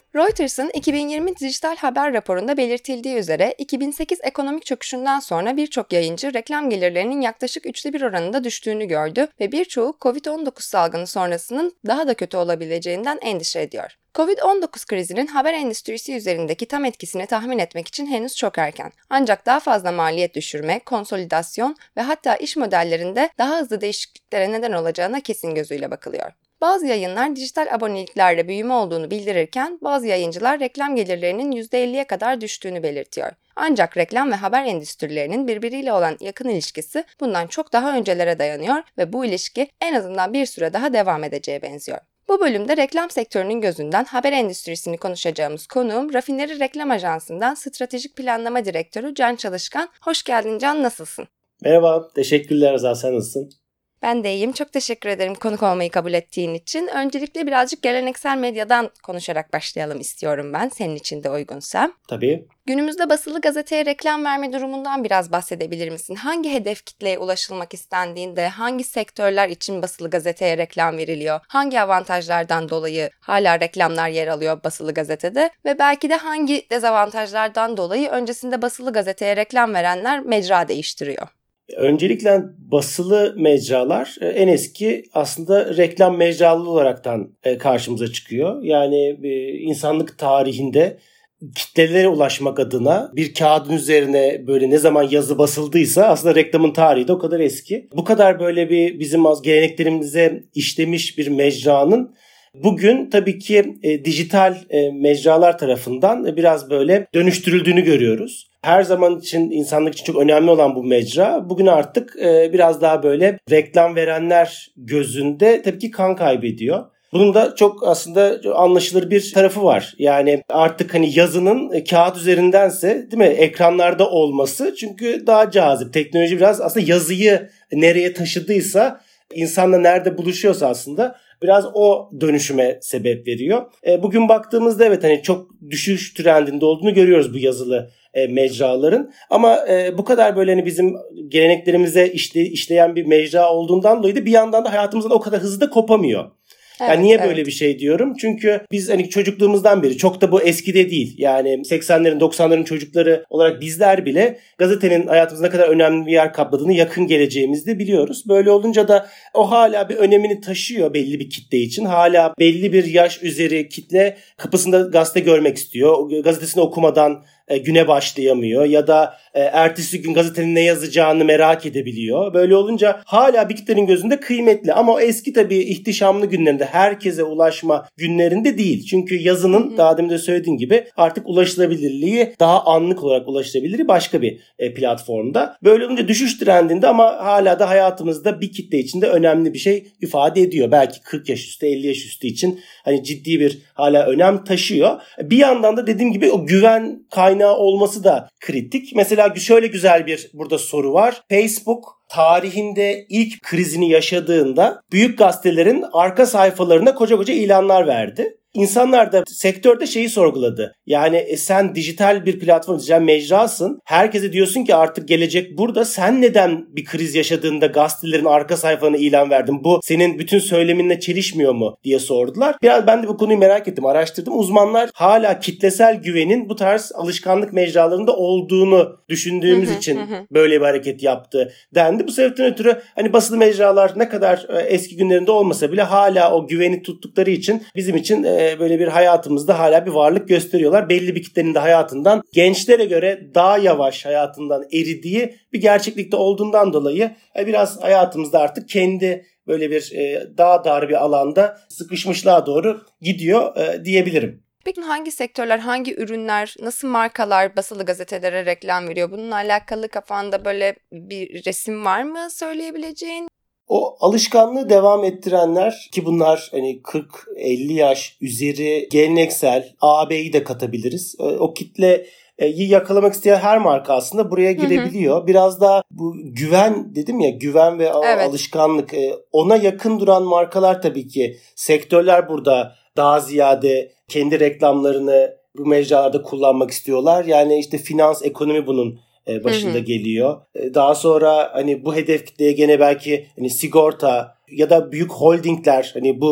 Reuters'ın 2020 dijital haber raporunda belirtildiği üzere 2008 ekonomik çöküşünden sonra birçok yayıncı reklam gelirlerinin yaklaşık 1/3 oranında düştüğünü gördü ve birçoğu Covid-19 salgını sonrasının daha da kötü olabileceğinden endişe ediyor. Covid-19 krizinin haber endüstrisi üzerindeki tam etkisini tahmin etmek için henüz çok erken. Ancak daha fazla maliyet düşürme, konsolidasyon ve hatta iş modellerinde daha hızlı değişikliklere neden olacağına kesin gözüyle bakılıyor. Bazı yayınlar dijital aboneliklerle büyüme olduğunu bildirirken bazı yayıncılar reklam gelirlerinin %50'ye kadar düştüğünü belirtiyor. Ancak reklam ve haber endüstrilerinin birbiriyle olan yakın ilişkisi bundan çok daha öncelere dayanıyor ve bu ilişki en azından bir süre daha devam edeceğe benziyor. Bu bölümde reklam sektörünün gözünden haber endüstrisini konuşacağımız konuğum Rafineri Reklam Ajansı'ndan Stratejik Planlama Direktörü Can Çalışkan. Hoş geldin Can, nasılsın? Merhaba, teşekkürler Azal, sen nasılsın? Ben de iyiyim. Çok teşekkür ederim konuk olmayı kabul ettiğin için. Öncelikle birazcık geleneksel medyadan konuşarak başlayalım istiyorum ben, senin için de uygunsa. Tabii. Günümüzde basılı gazeteye reklam verme durumundan biraz bahsedebilir misin? Hangi hedef kitleye ulaşılmak istendiğinde, hangi sektörler için basılı gazeteye reklam veriliyor? Hangi avantajlardan dolayı hala reklamlar yer alıyor basılı gazetede? Ve belki de hangi dezavantajlardan dolayı öncesinde basılı gazeteye reklam verenler mecra değiştiriyor? Öncelikle basılı mecralar en eski aslında reklam mecraları olaraktan karşımıza çıkıyor. Yani insanlık tarihinde kitlelere ulaşmak adına bir kağıdın üzerine böyle ne zaman yazı basıldıysa aslında reklamın tarihi de o kadar eski. Bu kadar böyle bir bizim geleneklerimize işlemiş bir mecranın bugün tabii ki dijital mecralar tarafından biraz böyle dönüştürüldüğünü görüyoruz. Her zaman için, insanlık için çok önemli olan bu mecra bugün artık biraz daha böyle reklam verenler gözünde tabii ki kan kaybediyor. Bunun da çok aslında anlaşılır bir tarafı var. Yani artık hani yazının kağıt üzerindense değil mi ekranlarda olması çünkü daha cazip. Teknoloji biraz aslında yazıyı nereye taşıdıysa, insanla nerede buluşuyorsa aslında biraz o dönüşüme sebep veriyor. Bugün baktığımızda evet hani çok düşüş trendinde olduğunu görüyoruz bu yazılı mecraların. Ama bu kadar böyle hani bizim geleneklerimize işleyen bir mecra olduğundan dolayı da bir yandan da hayatımızdan o kadar hızlı da kopamıyor. Evet, yani niye böyle bir şey diyorum? Çünkü biz hani çocukluğumuzdan beri çok da bu eskide değil. Yani 80'lerin 90'ların çocukları olarak bizler bile gazetenin hayatımızda ne kadar önemli bir yer kapladığını yakın geleceğimizde biliyoruz. Böyle olunca da o hala bir önemini taşıyor belli bir kitle için. Hala belli bir yaş üzeri kitle kapısında gazete görmek istiyor. Gazetesini okumadan güne başlayamıyor ya da ertesi gün gazetenin ne yazacağını merak edebiliyor. Böyle olunca hala bir kitlenin gözünde kıymetli ama o eski tabii ihtişamlı günlerinde herkese ulaşma günlerinde değil. Çünkü yazının daha demin de söylediğim gibi artık ulaşılabilirliği daha anlık olarak ulaşılabilirliği başka bir platformda. Böyle olunca düşüş trendinde ama hala da hayatımızda bir kitle için de önemli bir şey ifade ediyor. Belki 40 yaş üstü 50 yaş üstü için hani ciddi bir hala önem taşıyor. Bir yandan da dediğim gibi o güven kaynağı olması da kritik. Mesela şöyle güzel bir burada soru var. Facebook tarihinde ilk krizini yaşadığında büyük gazetelerin arka sayfalarına koca koca ilanlar verdi. İnsanlar da sektörde şeyi sorguladı. Yani sen dijital bir platform, dijital mecrasın. Herkese diyorsun ki artık gelecek burada. Sen neden bir kriz yaşadığında gazetelerin arka sayfalarına ilan verdin? Bu senin bütün söyleminle çelişmiyor mu diye sordular. Biraz ben de bu konuyu merak ettim, araştırdım. Uzmanlar hala kitlesel güvenin bu tarz alışkanlık mecralarında olduğunu düşündüğümüz için böyle bir hareket yaptı dendi. Bu sebepten ötürü hani basılı mecralar ne kadar eski günlerinde olmasa bile hala o güveni tuttukları için bizim için böyle bir hayatımızda hala bir varlık gösteriyorlar. Belli bir kitlenin de hayatından gençlere göre daha yavaş hayatından eridiği bir gerçeklikte olduğundan dolayı biraz hayatımızda artık kendi böyle bir daha dar bir alanda sıkışmışlığa doğru gidiyor diyebilirim. Peki hangi sektörler, hangi ürünler, nasıl markalar basılı gazetelere reklam veriyor? Bununla alakalı kafanda böyle bir resim var mı söyleyebileceğin? O alışkanlığı devam ettirenler ki bunlar hani 40-50 yaş üzeri geleneksel AB'yi de katabiliriz. O kitleyi yakalamak isteyen her marka aslında buraya girebiliyor. Biraz daha bu güven dedim ya, güven ve alışkanlık, ona yakın duran markalar tabii ki sektörler burada daha ziyade kendi reklamlarını bu mecralarda kullanmak istiyorlar. Yani işte finans, ekonomi bunun başında geliyor. Daha sonra hani bu hedef kitleye gene belki hani sigorta ya da büyük holdingler hani bu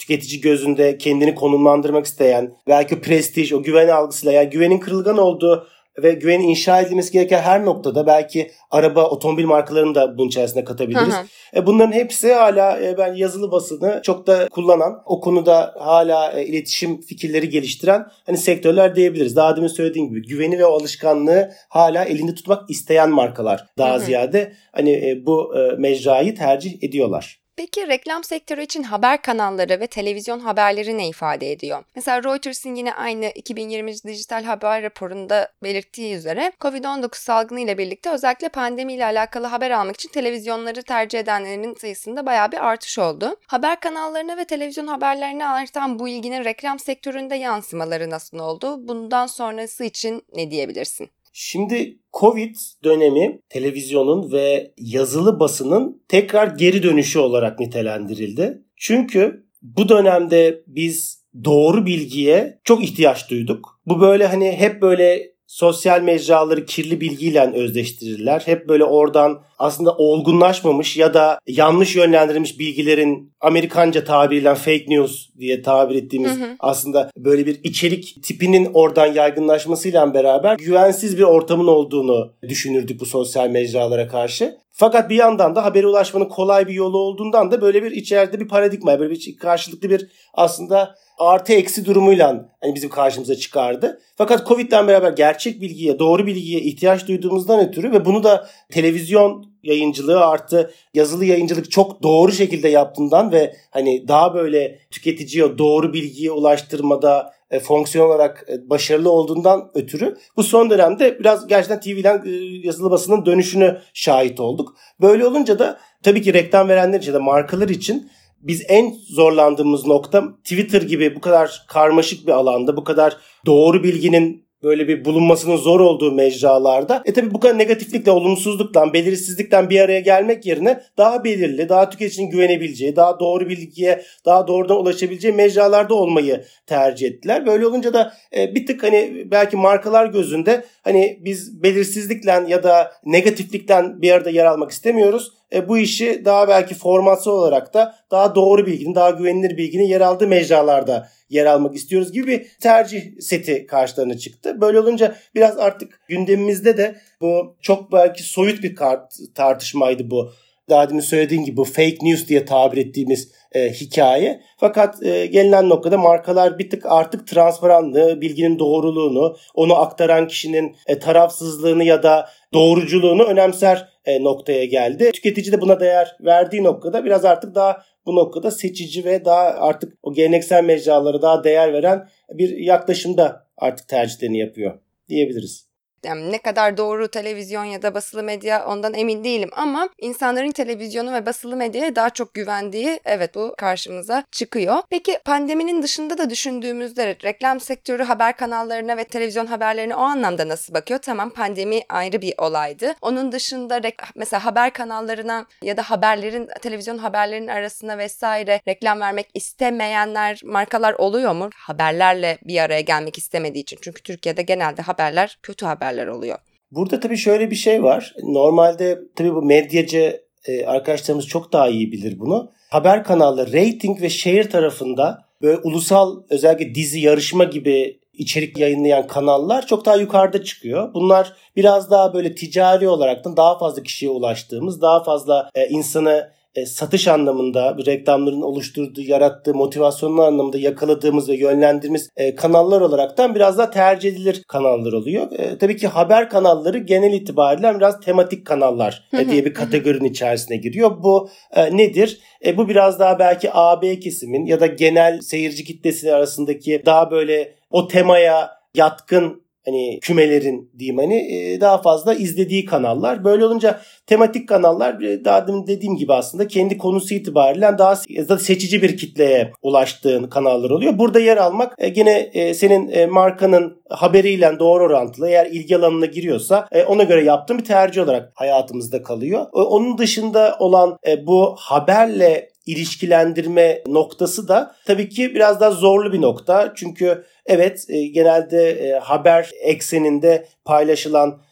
tüketici gözünde kendini konumlandırmak isteyen, belki prestij, o güven algısıyla, yani güvenin kırılgan olduğu ve güvenin inşa edilmesi gereken her noktada, belki araba, otomobil markalarını da bunun içerisine katabiliriz. Bunların hepsi hala ben yazılı basını çok da kullanan, o konuda hala iletişim fikirleri geliştiren hani sektörler diyebiliriz. Daha demin söylediğim gibi güveni ve o alışkanlığı hala elinde tutmak isteyen markalar daha ziyade hani bu mecrayı tercih ediyorlar. Peki reklam sektörü için haber kanalları ve televizyon haberleri ne ifade ediyor? Mesela Reuters'in yine aynı 2020 dijital haber raporunda belirttiği üzere COVID-19 salgını ile birlikte özellikle pandemiyle alakalı haber almak için televizyonları tercih edenlerin sayısında bayağı bir artış oldu. Haber kanallarına ve televizyon haberlerine artan bu ilginin reklam sektöründe yansımaları nasıl oldu? Bundan sonrası için ne diyebilirsin? Şimdi Covid dönemi televizyonun ve yazılı basının tekrar geri dönüşü olarak nitelendirildi. Çünkü bu dönemde biz doğru bilgiye çok ihtiyaç duyduk. Bu böyle hani hep böyle sosyal mecraları kirli bilgiyle özdeştirirler. Hep böyle oradan aslında olgunlaşmamış ya da yanlış yönlendirilmiş bilgilerin, Amerikanca tabiriyle fake news diye tabir ettiğimiz aslında böyle bir içerik tipinin oradan yaygınlaşmasıyla beraber güvensiz bir ortamın olduğunu düşünürdük bu sosyal mecralara karşı. Fakat bir yandan da habere ulaşmanın kolay bir yolu olduğundan da böyle bir içeride bir paradigma, böyle bir karşılıklı bir aslında artı eksi durumuyla hani bizim karşımıza çıkardı. Fakat Covid'den beraber gerçek bilgiye, doğru bilgiye ihtiyaç duyduğumuzdan ötürü ve bunu da televizyon yayıncılığı artı yazılı yayıncılık çok doğru şekilde yaptığından ve hani daha böyle tüketiciye doğru bilgiye ulaştırmada fonksiyon olarak başarılı olduğundan ötürü bu son dönemde biraz gerçekten TV'den yazılı basının dönüşünü şahit olduk. Böyle olunca da tabii ki reklam verenler için de markalar için biz en zorlandığımız nokta Twitter gibi bu kadar karmaşık bir alanda, bu kadar doğru bilginin böyle bir bulunmasının zor olduğu mecralarda tabii bu kadar negatiflikle, olumsuzluktan, belirsizlikten bir araya gelmek yerine daha belirli, daha tüketicinin güvenebileceği, daha doğru bilgiye, daha doğrudan ulaşabileceği mecralarda olmayı tercih ettiler. Böyle olunca da bir tık hani belki markalar gözünde hani biz belirsizlikle ya da negatiflikten bir arada yer almak istemiyoruz. Bu işi daha belki formatsal olarak da daha doğru bilginin, daha güvenilir bilginin yer aldığı mecralarda yer almak istiyoruz gibi bir tercih seti karşılarına çıktı. Böyle olunca biraz artık gündemimizde de bu çok belki soyut bir tartışmaydı bu. Daha demin söylediğim gibi bu fake news diye tabir ettiğimiz hikaye. Fakat gelinen noktada markalar bir tık artık transparanlığı, bilginin doğruluğunu, onu aktaran kişinin tarafsızlığını ya da doğruculuğunu önemser noktaya geldi. Tüketici de buna değer verdiği noktada biraz artık daha bu noktada seçici ve daha artık o geleneksel mecralara daha değer veren bir yaklaşımda artık tercihlerini yapıyor diyebiliriz. Yani ne kadar doğru televizyon ya da basılı medya ondan emin değilim ama insanların televizyonu ve basılı medyaya daha çok güvendiği evet bu karşımıza çıkıyor. Peki pandeminin dışında da düşündüğümüzde reklam sektörü haber kanallarına ve televizyon haberlerine o anlamda nasıl bakıyor? Tamam, pandemi ayrı bir olaydı. Onun dışında mesela haber kanallarına ya da haberlerin, televizyon haberlerinin arasına vesaire reklam vermek istemeyenler, markalar oluyor mu? Haberlerle bir araya gelmek istemediği için. Çünkü Türkiye'de genelde haberler kötü haberler oluyor. Burada tabii şöyle bir şey var. Normalde tabii bu medyacı arkadaşlarımız çok daha iyi bilir bunu. Haber kanalları rating ve share tarafında böyle ulusal özellikle dizi, yarışma gibi içerik yayınlayan kanallar çok daha yukarıda çıkıyor. Bunlar biraz daha böyle ticari olaraktan daha fazla kişiye ulaştığımız, daha fazla insanı satış anlamında reklamların oluşturduğu, yarattığı motivasyonlar anlamında yakaladığımız ve yönlendirdiğimiz kanallar olaraktan biraz daha tercih edilir kanallar oluyor. Tabii ki haber kanalları genel itibariyle biraz tematik kanallar diye bir kategorinin içerisine giriyor. Bu nedir? Bu biraz daha belki AB kesimin ya da genel seyirci kitlesi arasındaki daha böyle o temaya yatkın hani kümelerin diyeyim hani daha fazla izlediği kanallar. Böyle olunca tematik kanallar daha dediğim gibi aslında kendi konusu itibariyle daha seçici bir kitleye ulaştığın kanallar oluyor. Burada yer almak gene senin markanın haberiyle doğru orantılı. Eğer ilgi alanına giriyorsa ona göre yaptığın bir tercih olarak hayatımızda kalıyor. Onun dışında olan bu haberle ilişkilendirme noktası da tabii ki biraz daha zorlu bir nokta. Çünkü evet genelde haber ekseninde paylaşılan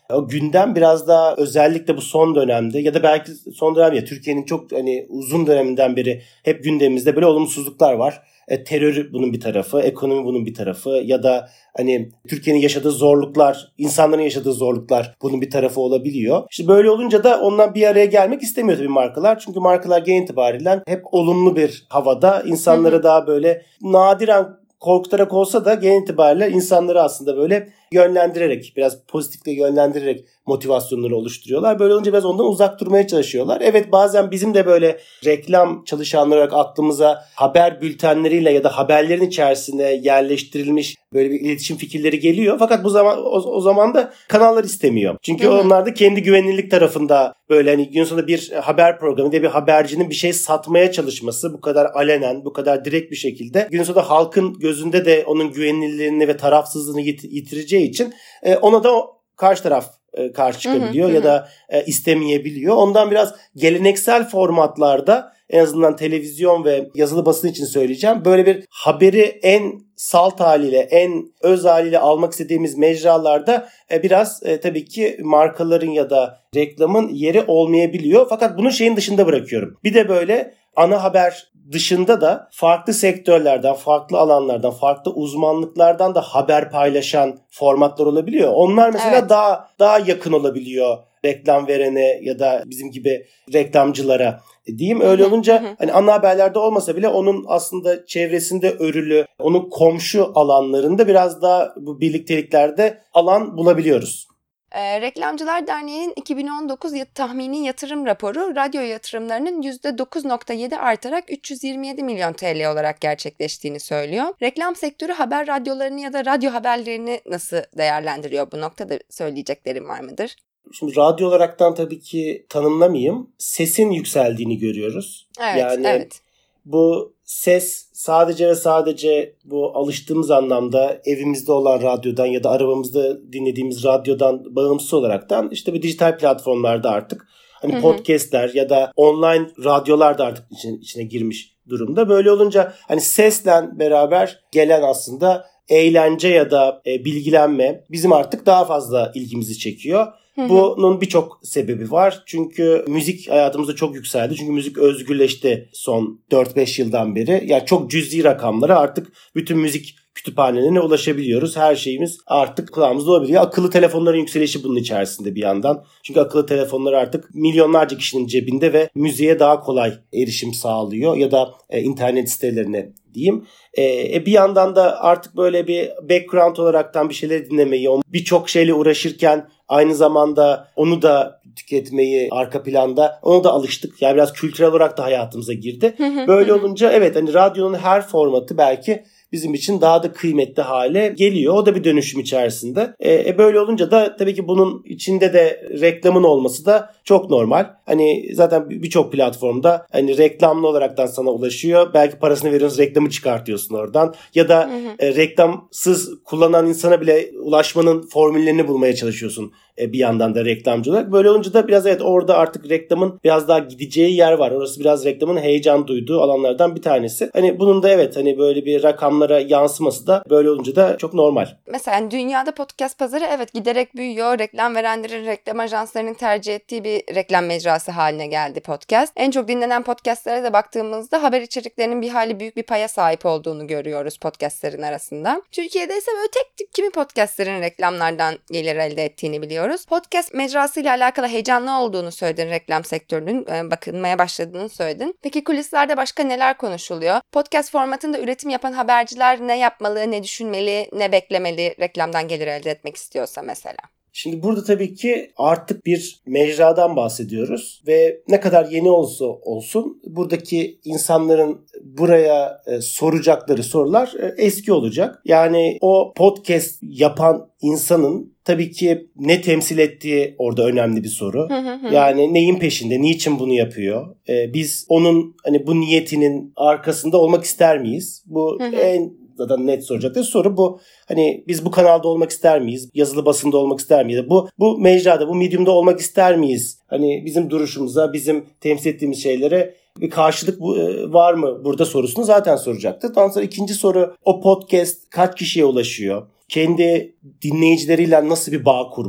o gündem biraz daha özellikle bu son dönemde ya da belki son dönem ya Türkiye'nin çok hani uzun döneminden beri hep gündemimizde böyle olumsuzluklar var. Terör bunun bir tarafı, ekonomi bunun bir tarafı ya da hani Türkiye'nin yaşadığı zorluklar, insanların yaşadığı zorluklar bunun bir tarafı olabiliyor. İşte böyle olunca da ondan bir araya gelmek istemiyor tabii markalar. Çünkü markalar genel itibariyle hep olumlu bir havada insanlara daha böyle nadiren korkutarak olsa da genel itibariyle insanları aslında böyle yönlendirerek, biraz pozitifle yönlendirerek motivasyonları oluşturuyorlar. Böyle olunca biraz ondan uzak durmaya çalışıyorlar. Evet, bazen bizim de böyle reklam çalışanları olarak aklımıza haber bültenleriyle ya da haberlerin içerisine yerleştirilmiş böyle bir iletişim fikirleri geliyor. Fakat bu zaman o zaman da kanallar istemiyor. Çünkü onlar da kendi güvenilirlik tarafında böyle hani gün sonunda bir haber programı ve bir habercinin bir şey satmaya çalışması bu kadar alenen, bu kadar direkt bir şekilde gün sonunda halkın gözünde de onun güvenilirliğini ve tarafsızlığını yitireceği için ona da karşı taraf karşı çıkabiliyor ya da istemeyebiliyor. Ondan biraz geleneksel formatlarda, en azından televizyon ve yazılı basın için söyleyeceğim, böyle bir haberi en salt haliyle, en öz haliyle almak istediğimiz mecralarda biraz tabii ki markaların ya da reklamın yeri olmayabiliyor. Fakat bunu şeyin dışında bırakıyorum. Bir de böyle ana haber dışında da farklı sektörlerden, farklı alanlardan, farklı uzmanlıklardan da haber paylaşan formatlar olabiliyor. Onlar mesela daha yakın olabiliyor reklam verene ya da bizim gibi reklamcılara diyeyim. Öyle olunca hani ana haberlerde olmasa bile onun aslında çevresinde örülü, onun komşu alanlarında biraz daha bu birlikteliklerde alan bulabiliyoruz. Reklamcılar Derneği'nin 2019 tahmini yatırım raporu radyo yatırımlarının %9.7 artarak 327 milyon TL olarak gerçekleştiğini söylüyor. Reklam sektörü haber radyolarını ya da radyo haberlerini nasıl değerlendiriyor? Bu noktada söyleyeceklerim var mıdır? Şimdi radyo olaraktan tabii ki tanımlamayayım. Sesin yükseldiğini görüyoruz. Evet. Bu ses sadece ve sadece bu alıştığımız anlamda evimizde olan radyodan ya da arabamızda dinlediğimiz radyodan bağımsız olaraktan işte bir dijital platformlarda artık hani podcastler ya da online radyolar da artık içine girmiş durumda. Böyle olunca hani sesle beraber gelen aslında eğlence ya da bilgilenme bizim artık daha fazla ilgimizi çekiyor. Bunun birçok sebebi var. Çünkü müzik hayatımızda çok yükseldi. Çünkü müzik özgürleşti son 4-5 yıldan beri. Yani çok cüzi rakamlara artık bütün müzik kütüphanelerine ulaşabiliyoruz. Her şeyimiz artık kulağımızda olabiliyor. Akıllı telefonların yükselişi bunun içerisinde bir yandan. Çünkü akıllı telefonlar artık milyonlarca kişinin cebinde ve müziğe daha kolay erişim sağlıyor. Ya da internet sitelerine diyeyim. Bir yandan da artık böyle bir background olaraktan bir şeyler dinlemeyi, birçok şeyle uğraşırken aynı zamanda onu da tüketmeyi arka planda, ona da alıştık. Yani biraz kültürel olarak da hayatımıza girdi. Böyle olunca evet, hani radyonun her formatı belki bizim için daha da kıymetli hale geliyor. O da bir dönüşüm içerisinde. Böyle olunca da tabii ki bunun içinde de reklamın olması da çok normal. Hani zaten birçok platformda hani reklamlı olaraktan sana ulaşıyor. Belki parasını veriyorsun, reklamı çıkartıyorsun oradan. Ya da reklamsız kullanan insana bile ulaşmanın formüllerini bulmaya çalışıyorsun bir yandan da reklamcı olarak. Böyle olunca da biraz evet, orada artık reklamın biraz daha gideceği yer var. Orası biraz reklamın heyecan duyduğu alanlardan bir tanesi. Hani bunun da evet, hani böyle bir rakamlara yansıması da böyle olunca da çok normal. Mesela yani dünyada podcast pazarı evet giderek büyüyor. Reklam verenlerin, reklam ajanslarının tercih ettiği bir reklam mecrası haline geldi podcast. En çok dinlenen podcastlere de baktığımızda haber içeriklerinin bir hali büyük bir paya sahip olduğunu görüyoruz podcastlerin arasında. Türkiye'de ise böyle tek tip kimi podcastlerin reklamlardan gelir elde ettiğini biliyoruz. Podcast mecrasıyla alakalı heyecanlı olduğunu söyledin, reklam sektörünün bakılmaya başladığını söyledin. Peki kulislerde başka neler konuşuluyor? Podcast formatında üretim yapan haberciler ne yapmalı, ne düşünmeli, ne beklemeli reklamdan gelir elde etmek istiyorsa mesela? Şimdi burada tabii ki artık bir mecradan bahsediyoruz ve ne kadar yeni olsa olsun buradaki insanların buraya soracakları sorular eski olacak. Yani o podcast yapan insanın tabii ki ne temsil ettiği orada önemli bir soru. Yani neyin peşinde, niçin bunu yapıyor? Biz onun hani bu niyetinin arkasında olmak ister miyiz? Bu en zaten net soracakları soru bu. Hani biz bu kanalda olmak ister miyiz? Yazılı basında olmak ister miyiz? Bu mecrada, bu medium'da olmak ister miyiz? Hani bizim duruşumuza, bizim temsil ettiğimiz şeylere bir karşılık var mı burada sorusunu zaten soracaktı. Ondan sonra ikinci soru, o podcast kaç kişiye ulaşıyor? Kendi dinleyicileriyle nasıl bir bağ kurmuş?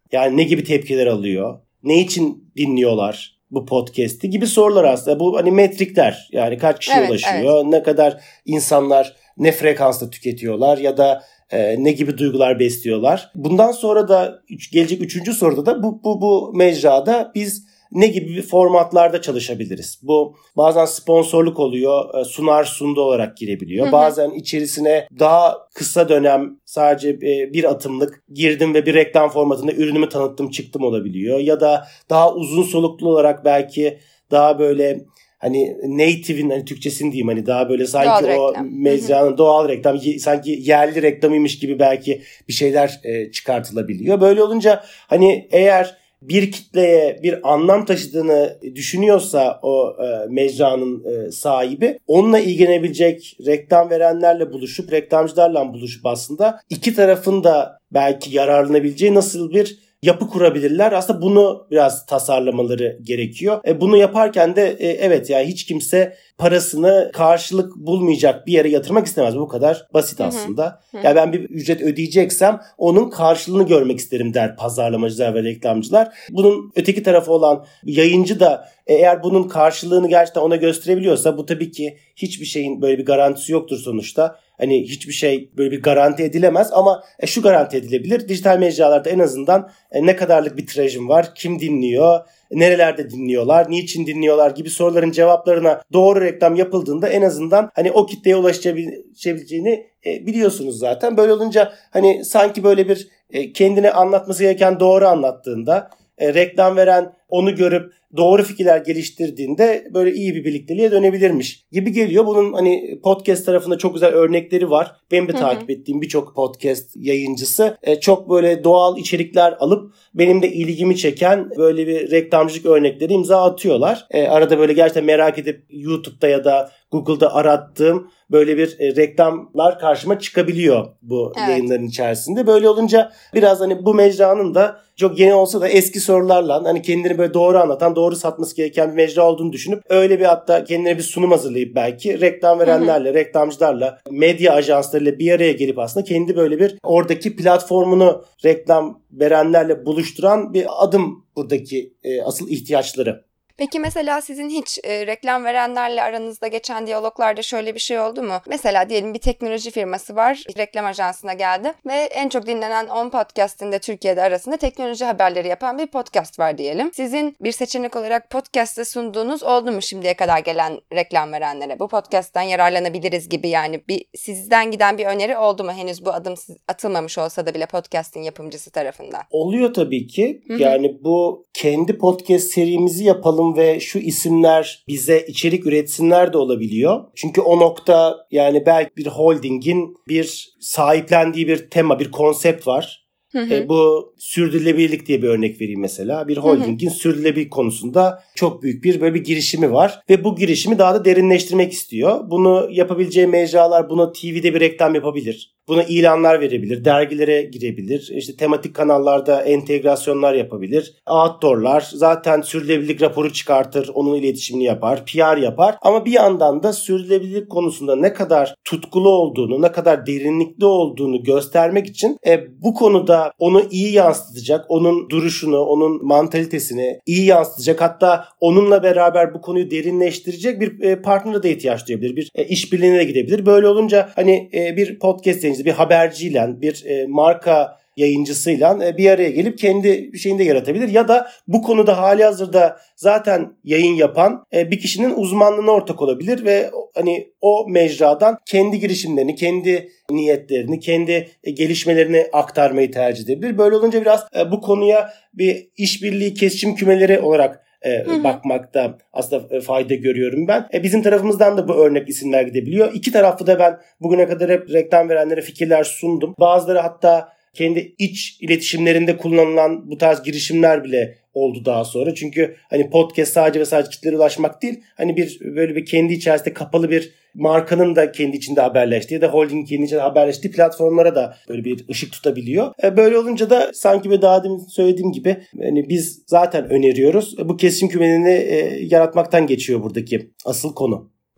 Yani ne gibi tepkiler alıyor? Ne için dinliyorlar bu podcast'i gibi sorular aslında. Bu hani metrikler, yani kaç kişiye ulaşıyor, ne kadar insanlar ne frekansta tüketiyorlar ya da ne gibi duygular besliyorlar. Bundan sonra da gelecek 3. soruda da bu mecrada biz ne gibi formatlarda çalışabiliriz? Bu bazen sponsorluk oluyor, sunar sundu olarak girebiliyor. Bazen içerisine daha kısa dönem sadece bir atımlık girdim ve bir reklam formatında ürünümü tanıttım çıktım olabiliyor. Ya da daha uzun soluklu olarak belki daha böyle hani native'in hani Türkçesini diyeyim hani daha böyle sanki doğal o mecranın doğal reklam sanki yerli reklamıymış gibi belki bir şeyler çıkartılabiliyor. Böyle olunca hani eğer bir kitleye bir anlam taşıdığını düşünüyorsa o mecranın sahibi onunla ilgilenebilecek reklam verenlerle buluşup reklamcılarla buluşup aslında iki tarafın da belki yararlanabileceği nasıl bir yapı kurabilirler. Aslında bunu biraz tasarlamaları gerekiyor. Bunu yaparken de evet yani hiç kimse parasını karşılık bulmayacak bir yere yatırmak istemez. Bu kadar basit aslında. Yani ben bir ücret ödeyeceksem onun karşılığını görmek isterim der pazarlamacılar ve reklamcılar. Bunun öteki tarafı olan yayıncı da eğer bunun karşılığını gerçekten ona gösterebiliyorsa bu tabii ki hiçbir şeyin böyle bir garantisi yoktur sonuçta. Hani hiçbir şey böyle bir garanti edilemez ama şu garanti edilebilir. Dijital mecralarda en azından ne kadarlık bir tirajım var, kim dinliyor, nerelerde dinliyorlar, niçin dinliyorlar gibi soruların cevaplarına doğru reklam yapıldığında en azından hani o kitleye ulaşabileceğini biliyorsunuz zaten. Böyle olunca hani sanki böyle bir kendine anlatması gereken doğru anlattığında reklam veren onu görüp doğru fikirler geliştirdiğinde böyle iyi bir birlikteliğe dönebilirmiş gibi geliyor. Bunun hani podcast tarafında çok güzel örnekleri var. Benim de takip ettiğim birçok podcast yayıncısı çok böyle doğal içerikler alıp benim de ilgimi çeken böyle bir reklamcılık örnekleri imza atıyorlar. Arada böyle gerçekten merak edip YouTube'da ya da Google'da arattığım böyle bir reklamlar karşıma çıkabiliyor bu yayınların içerisinde. Böyle olunca biraz hani bu mecranın da çok yeni olsa da eski sorularla hani kendini böyle doğru anlatan, doğru satması gereken bir mecra olduğunu düşünüp öyle bir hatta kendine bir sunum hazırlayıp belki reklam verenlerle, reklamcılarla, medya ajanslarıyla bir araya gelip aslında kendi böyle bir oradaki platformunu reklam verenlerle buluşturan bir adım buradaki asıl ihtiyaçları. Peki mesela sizin hiç reklam verenlerle aranızda geçen diyaloglarda şöyle bir şey oldu mu? Mesela diyelim bir teknoloji firması var, reklam ajansına geldi ve en çok dinlenen 10 podcast'in de Türkiye'de arasında teknoloji haberleri yapan bir podcast var diyelim. Sizin bir seçenek olarak podcast'te sunduğunuz oldu mu şimdiye kadar gelen reklam verenlere? Bu podcast'ten yararlanabiliriz gibi yani bir sizden giden bir öneri oldu mu? Henüz bu adım atılmamış olsa da bile podcast'in yapımcısı tarafından. Oluyor tabii ki. Yani bu kendi podcast serimizi yapalım ve şu isimler bize içerik üretsinler de olabiliyor. Çünkü o nokta yani belki bir holdingin bir sahiplendiği bir tema, bir konsept var. Bu sürdürülebilirlik diye bir örnek vereyim mesela. Bir holdingin sürdürülebilirlik konusunda çok büyük bir böyle bir girişimi var ve bu girişimi daha da derinleştirmek istiyor. Bunu yapabileceği mecralar buna TV'de bir reklam yapabilir. Buna ilanlar verebilir, dergilere girebilir, işte tematik kanallarda entegrasyonlar yapabilir. Outdoor'lar zaten sürdürülebilirlik raporu çıkartır, onun iletişimini yapar, PR yapar. Ama bir yandan da sürdürülebilirlik konusunda ne kadar tutkulu olduğunu, ne kadar derinlikli olduğunu göstermek için bu konuda onu iyi yansıtacak, onun duruşunu, onun mantalitesini iyi yansıtacak, hatta onunla beraber bu konuyu derinleştirecek bir partner'e de ihtiyaç duyabilir, bir işbirliğine de gidebilir. Böyle olunca hani bir podcast yayıncısı, bir haberciyle, bir marka yayıncısıyla bir araya gelip kendi şeyini de yaratabilir. Ya da bu konuda halihazırda zaten yayın yapan bir kişinin uzmanlığına ortak olabilir ve hani o mecradan kendi girişimlerini, kendi niyetlerini, kendi gelişmelerini aktarmayı tercih edebilir. Böyle olunca biraz bu konuya bir işbirliği kesişim kümeleri olarak bakmakta aslında fayda görüyorum ben. Bizim tarafımızdan da bu örnek isimler gidebiliyor. İki taraflı da ben bugüne kadar hep reklam verenlere fikirler sundum. Bazıları hatta kendi iç iletişimlerinde kullanılan bu tarz girişimler bile oldu daha sonra. Çünkü hani podcast sadece ve sadece kitlere ulaşmak değil. Hani bir böyle bir kendi içerisinde kapalı bir markanın da kendi içinde haberleştiği ya da holdingin kendi içinde haberleştiği platformlara da böyle bir ışık tutabiliyor. Böyle olunca da sanki bir daha demin söylediğim gibi hani biz zaten öneriyoruz. Bu kesişim kümelerini yaratmaktan geçiyor buradaki asıl konu.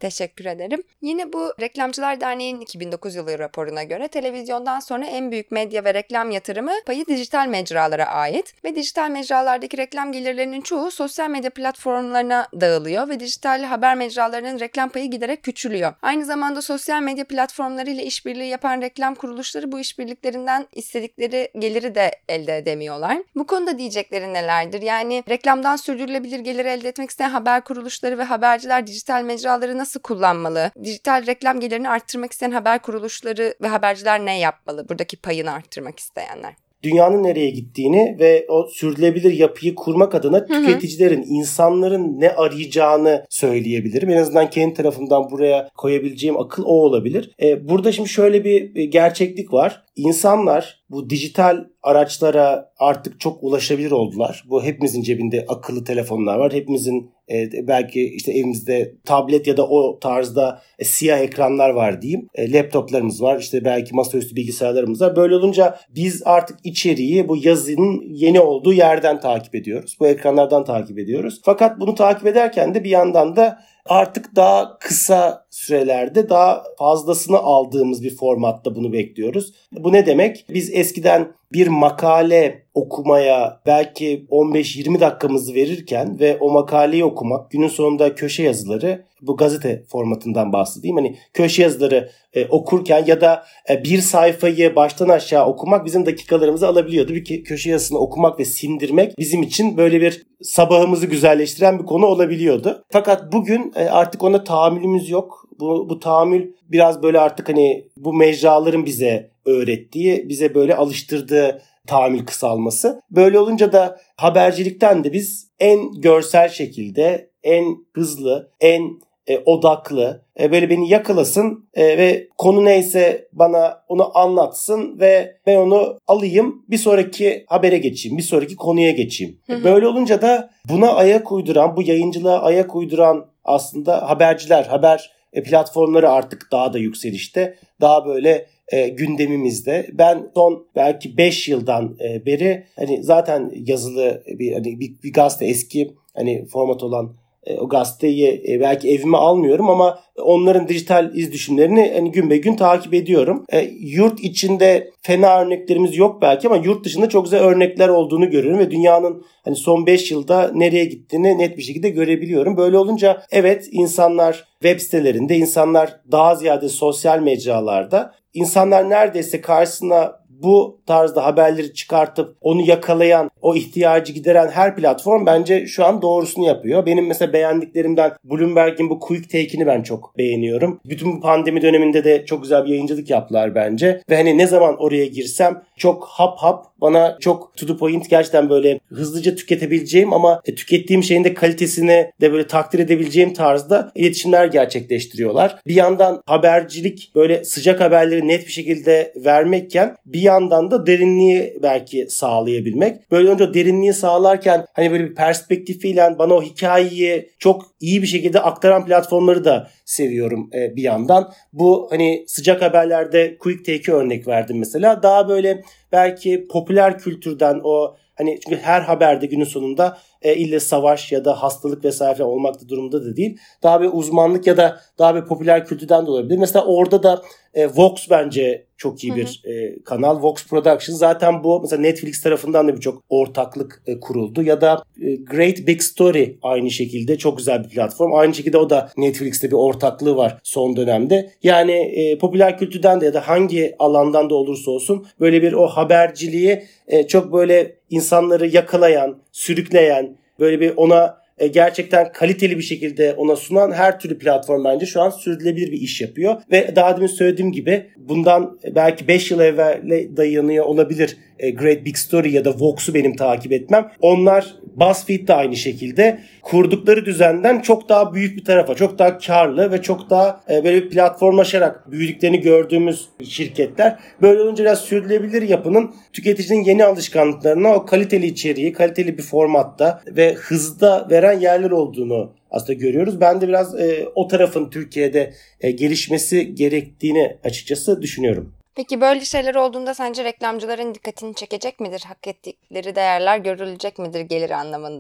Teşekkür ederim. Yine bu Reklamcılar Derneği'nin 2009 yılı raporuna göre televizyondan sonra en büyük medya ve reklam yatırımı payı dijital mecralara ait ve dijital mecralardaki reklam gelirlerinin çoğu sosyal medya platformlarına dağılıyor ve dijital haber mecralarının reklam payı giderek küçülüyor. Aynı zamanda sosyal medya platformları ile işbirliği yapan reklam kuruluşları bu işbirliklerinden istedikleri geliri de elde edemiyorlar. Bu konuda diyecekleri nelerdir? Yani reklamdan sürdürülebilir gelir elde etmek isteyen haber kuruluşları ve haberciler dijital mecraları nasıl kullanmalı? Dijital reklam gelirini arttırmak isteyen haber kuruluşları ve haberciler ne yapmalı? Buradaki payını arttırmak isteyenler. Dünyanın nereye gittiğini ve o sürdürülebilir yapıyı kurmak adına tüketicilerin, insanların ne arayacağını söyleyebilirim. En azından kendi tarafımdan buraya koyabileceğim akıl o olabilir. Burada şimdi şöyle bir gerçeklik var. İnsanlar bu dijital araçlara artık çok ulaşabilir oldular. Bu hepimizin cebinde akıllı telefonlar var. Hepimizin belki işte evimizde tablet ya da o tarzda siyah ekranlar var diyeyim. Laptoplarımız var. İşte belki masaüstü bilgisayarlarımız var. Böyle olunca biz artık içeriği bu yazının yeni olduğu yerden takip ediyoruz. Bu ekranlardan takip ediyoruz. Fakat bunu takip ederken de bir yandan da artık daha kısa sürelerde daha fazlasını aldığımız bir formatta bunu bekliyoruz. Bu ne demek? Biz eskiden bir makale okumaya belki 15-20 dakikamızı verirken ve o makaleyi okumak, günün sonunda köşe yazıları, bu gazete formatından bahsedeyim. Hani köşe yazıları okurken ya da bir sayfayı baştan aşağı okumak bizim dakikalarımızı alabiliyordu. Bir köşe yazısını okumak ve sindirmek bizim için böyle bir sabahımızı güzelleştiren bir konu olabiliyordu. Fakat bugün artık ona tahammülümüz yok. Bu tahammül biraz böyle artık hani bu mecraların bize öğrettiği, bize böyle alıştırdığı tahammül kısalması. Böyle olunca da habercilikten de biz en görsel şekilde, en hızlı, en odaklı, böyle beni yakalasın ve konu neyse bana onu anlatsın ve ben onu alayım, bir sonraki habere geçeyim, bir sonraki konuya geçeyim. Böyle olunca da buna ayak uyduran, bu yayıncılığa ayak uyduran aslında haberciler, haber platformları artık daha da yükselişte, daha böyle gündemimizde. Ben son belki 5 yıldan beri hani zaten yazılı bir gazete, eski hani format olan o gazeteyi belki evime almıyorum ama onların dijital iz düşümlerini hani gün be gün takip ediyorum. Yurt içinde fena örneklerimiz yok belki ama yurt dışında çok güzel örnekler olduğunu görüyorum ve dünyanın hani son 5 yılda nereye gittiğini net bir şekilde görebiliyorum. Böyle olunca evet, insanlar web sitelerinde, insanlar daha ziyade sosyal mecralarda, insanlar neredeyse karşısına bu tarzda haberleri çıkartıp onu yakalayan, o ihtiyacı gideren her platform bence şu an doğrusunu yapıyor. Benim mesela beğendiklerimden Bloomberg'in bu Quick Take'ini ben çok beğeniyorum. Bütün bu pandemi döneminde de çok güzel bir yayıncılık yaptılar bence. Ve hani ne zaman oraya girsem çok hap bana çok to the point, gerçekten böyle hızlıca tüketebileceğim ama tükettiğim şeyin de kalitesini de böyle takdir edebileceğim tarzda iletişimler gerçekleştiriyorlar. Bir yandan habercilik böyle sıcak haberleri net bir şekilde vermekken bir yandan da derinliği belki sağlayabilmek. Böyle önce o derinliği sağlarken hani böyle bir perspektifiyle bana o hikayeyi çok iyi bir şekilde aktaran platformları da seviyorum bir yandan. Bu hani sıcak haberlerde Quick Take'i örnek verdim mesela. Daha böyle belki popüler kültürden, o hani çünkü her haberde günün sonunda ille savaş ya da hastalık vesaire olmakta durumda da değil. Daha bir uzmanlık ya da daha bir popüler kültürden de olabilir. Mesela orada da Vox bence çok iyi bir kanal. Vox Production zaten bu mesela Netflix tarafından da birçok ortaklık kuruldu. Ya da Great Big Story aynı şekilde çok güzel bir platform. Aynı şekilde o da Netflix'te bir ortaklığı var son dönemde. Yani popüler kültürden de ya da hangi alandan da olursa olsun böyle bir o haberciliği çok böyle insanları yakalayan, sürükleyen, böyle bir ona gerçekten kaliteli bir şekilde ona sunan her türlü platform bence şu an sürdürülebilir bir iş yapıyor. Ve daha demin söylediğim gibi bundan belki 5 yıl evvel dayanıyor olabilir Great Big Story ya da Vox'u benim takip etmem. Onlar, BuzzFeed de aynı şekilde kurdukları düzenden çok daha büyük bir tarafa, çok daha karlı ve çok daha böyle bir platformlaşarak büyüdüklerini gördüğümüz şirketler. Böyle olunca biraz sürdürülebilir yapının tüketicinin yeni alışkanlıklarına o kaliteli içeriği, kaliteli bir formatta ve hızda veren yerler olduğunu aslında görüyoruz. Ben de biraz o tarafın Türkiye'de gelişmesi gerektiğini açıkçası düşünüyorum. Peki böyle şeyler olduğunda sence reklamcıların dikkatini çekecek midir? Hak ettikleri değerler görülecek midir gelir anlamında?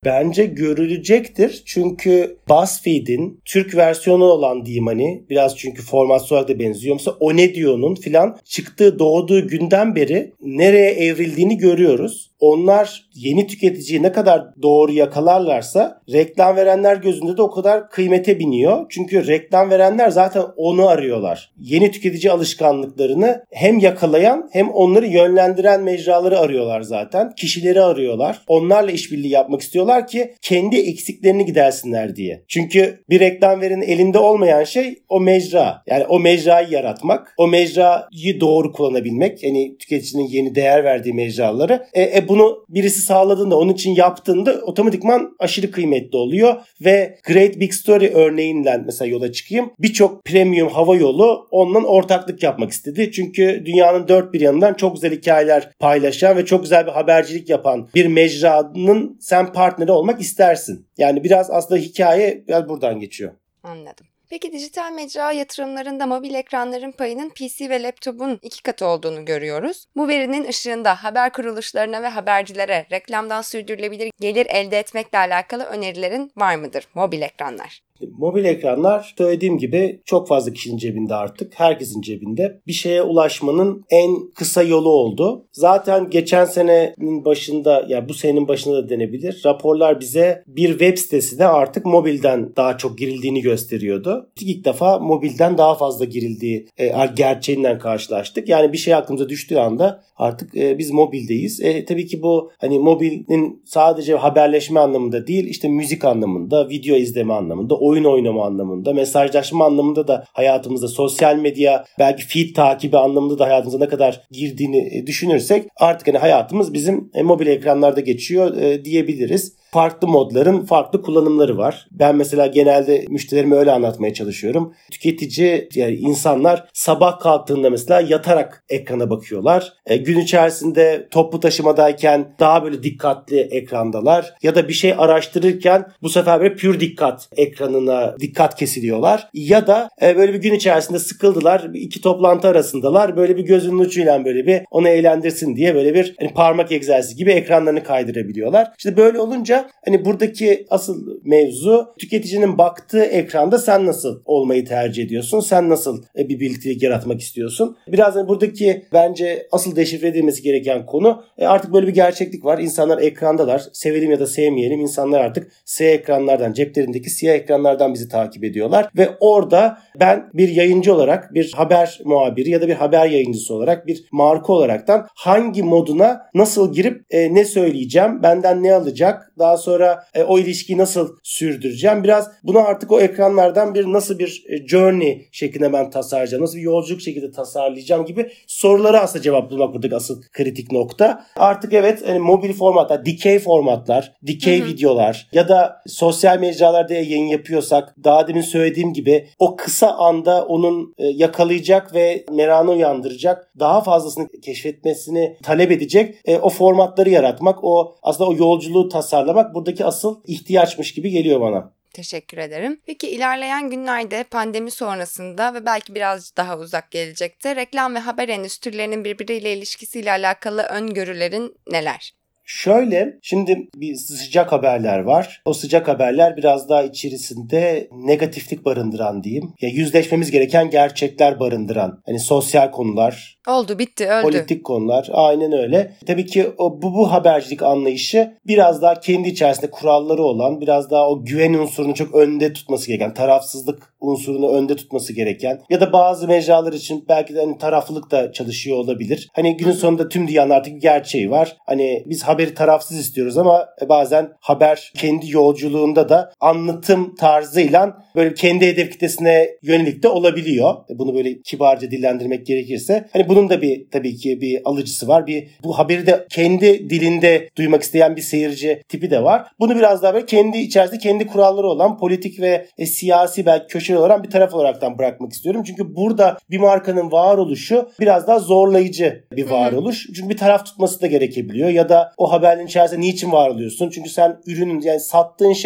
Bence görülecektir. Çünkü BuzzFeed'in Türk versiyonu olan diyeyim hani biraz çünkü format olarak da benziyor. Mesela O Ne Diyor'un filan doğduğu günden beri nereye evrildiğini görüyoruz. Onlar yeni tüketiciyi ne kadar doğru yakalarlarsa reklam verenler gözünde de o kadar kıymete biniyor. Çünkü reklam verenler zaten onu arıyorlar. Yeni tüketici alışkanlıklarını hem yakalayan hem onları yönlendiren mecraları arıyorlar zaten. Kişileri arıyorlar. Onlarla işbirliği yapmak istiyorlar ki kendi eksiklerini gidersinler diye. Çünkü bir reklam verenin elinde olmayan şey o mecra. Yani o mecrayı yaratmak, o mecrayı doğru kullanabilmek. Yani tüketicinin yeni değer verdiği mecraları. Bunu birisi sağladığında, onun için yaptığında otomatikman aşırı kıymetli oluyor ve Great Big Story örneğinden mesela yola çıkayım. Birçok premium hava yolu onunla ortaklık yapmak istedi. Çünkü dünyanın dört bir yanından çok güzel hikayeler paylaşan ve çok güzel bir habercilik yapan bir mecranın sen partneri olmak istersin. Yani biraz aslında hikaye biraz buradan geçiyor. Anladım. Peki dijital mecra yatırımlarında mobil ekranların payının PC ve laptopun 2 katı olduğunu görüyoruz. Bu verinin ışığında haber kuruluşlarına ve habercilere reklamdan sürdürülebilir gelir elde etmekle alakalı önerilerin var mıdır mobil ekranlar? Mobil ekranlar söylediğim gibi çok fazla kişinin cebinde artık. Herkesin cebinde. Bir şeye ulaşmanın en kısa yolu oldu. Zaten geçen senenin başında yani bu senenin başında da denebilir. Raporlar bize bir web sitesine artık mobilden daha çok girildiğini gösteriyordu. İlk defa mobilden daha fazla girildiği gerçeğinden karşılaştık. Yani bir şey aklımıza düştüğü anda artık biz mobildeyiz. Tabii ki bu hani mobilin sadece haberleşme anlamında değil işte müzik anlamında, video izleme anlamında, oyun oynama anlamında, mesajlaşma anlamında da hayatımızda, sosyal medya, belki feed takibi anlamında da hayatımıza ne kadar girdiğini düşünürsek artık hani hayatımız bizim mobil ekranlarda geçiyor diyebiliriz. Farklı modların farklı kullanımları var. Ben mesela genelde müşterilerime öyle anlatmaya çalışıyorum. Tüketici yani insanlar sabah kalktığında mesela yatarak ekrana bakıyorlar. Gün içerisinde toplu taşımadayken daha böyle dikkatli ekrandalar. Ya da bir şey araştırırken bu sefer böyle pür dikkat ekranına dikkat kesiliyorlar. Ya da böyle bir gün içerisinde sıkıldılar. İki toplantı arasındalar. Böyle bir gözünün ucuyla böyle bir onu eğlendirsin diye böyle bir hani parmak egzersizi gibi ekranlarını kaydırabiliyorlar. İşte böyle olunca hani buradaki asıl mevzu tüketicinin baktığı ekranda sen nasıl olmayı tercih ediyorsun? Sen nasıl bir birliktelik yaratmak istiyorsun? Biraz hani buradaki bence asıl deşifre edilmesi gereken konu artık böyle bir gerçeklik var. İnsanlar ekrandalar. Sevelim ya da sevmeyelim. İnsanlar artık siyah ekranlardan, ceplerindeki siyah ekranlardan bizi takip ediyorlar. Ve orada ben bir yayıncı olarak, bir haber muhabiri ya da bir haber yayıncısı olarak, bir marka olaraktan hangi moduna nasıl girip ne söyleyeceğim, benden ne alacak, daha sonra o ilişkiyi nasıl sürdüreceğim? Biraz bunu artık o ekranlardan nasıl bir journey şeklinde ben tasarlayacağım, nasıl bir yolculuk şekilde tasarlayacağım gibi sorulara aslında cevap bulmak buradaki asıl kritik nokta. Artık evet hani mobil formatlar, dikey formatlar, dikey videolar ya da sosyal mecralarda yayın yapıyorsak daha demin söylediğim gibi o kısa anda onun yakalayacak ve merakını uyandıracak, daha fazlasını keşfetmesini talep edecek o formatları yaratmak, o aslında o yolculuğu tasarlamak buradaki asıl ihtiyaçmış gibi geliyor bana. Teşekkür ederim. Peki ilerleyen günlerde pandemi sonrasında ve belki biraz daha uzak gelecekte reklam ve haber endüstrilerinin birbiriyle ilişkisiyle alakalı öngörülerin neler? Şöyle, şimdi bir sıcak haberler var. O sıcak haberler biraz daha içerisinde negatiflik barındıran diyeyim. Ya yüzleşmemiz gereken gerçekler barındıran. Hani sosyal konular. Oldu, bitti, öldü. Politik konular. Aynen öyle. Tabii ki bu habercilik anlayışı biraz daha kendi içerisinde kuralları olan, biraz daha o güven unsurunu çok önde tutması gereken, tarafsızlık unsurunu önde tutması gereken ya da bazı mecralar için belki de hani taraflılık da çalışıyor olabilir. Hani günün sonunda tüm dünyanın artık bir gerçeği var. Hani biz haberi tarafsız istiyoruz ama bazen haber kendi yolculuğunda da anlatım tarzıyla böyle kendi hedef kitlesine yönelik de olabiliyor. Bunu böyle kibarca dillendirmek gerekirse. Hani bunun da tabii ki bir alıcısı var. Bu haberi de kendi dilinde duymak isteyen bir seyirci tipi de var. Bunu biraz daha böyle kendi içerisinde kendi kuralları olan politik ve siyasi belki köşeli olan bir taraf olaraktan bırakmak istiyorum. Çünkü burada bir markanın varoluşu biraz daha zorlayıcı bir varoluş. Çünkü bir taraf tutması da gerekebiliyor ya da o haberin içerisinde niçin var oluyorsun? Çünkü sen ürünün yani sattığın şey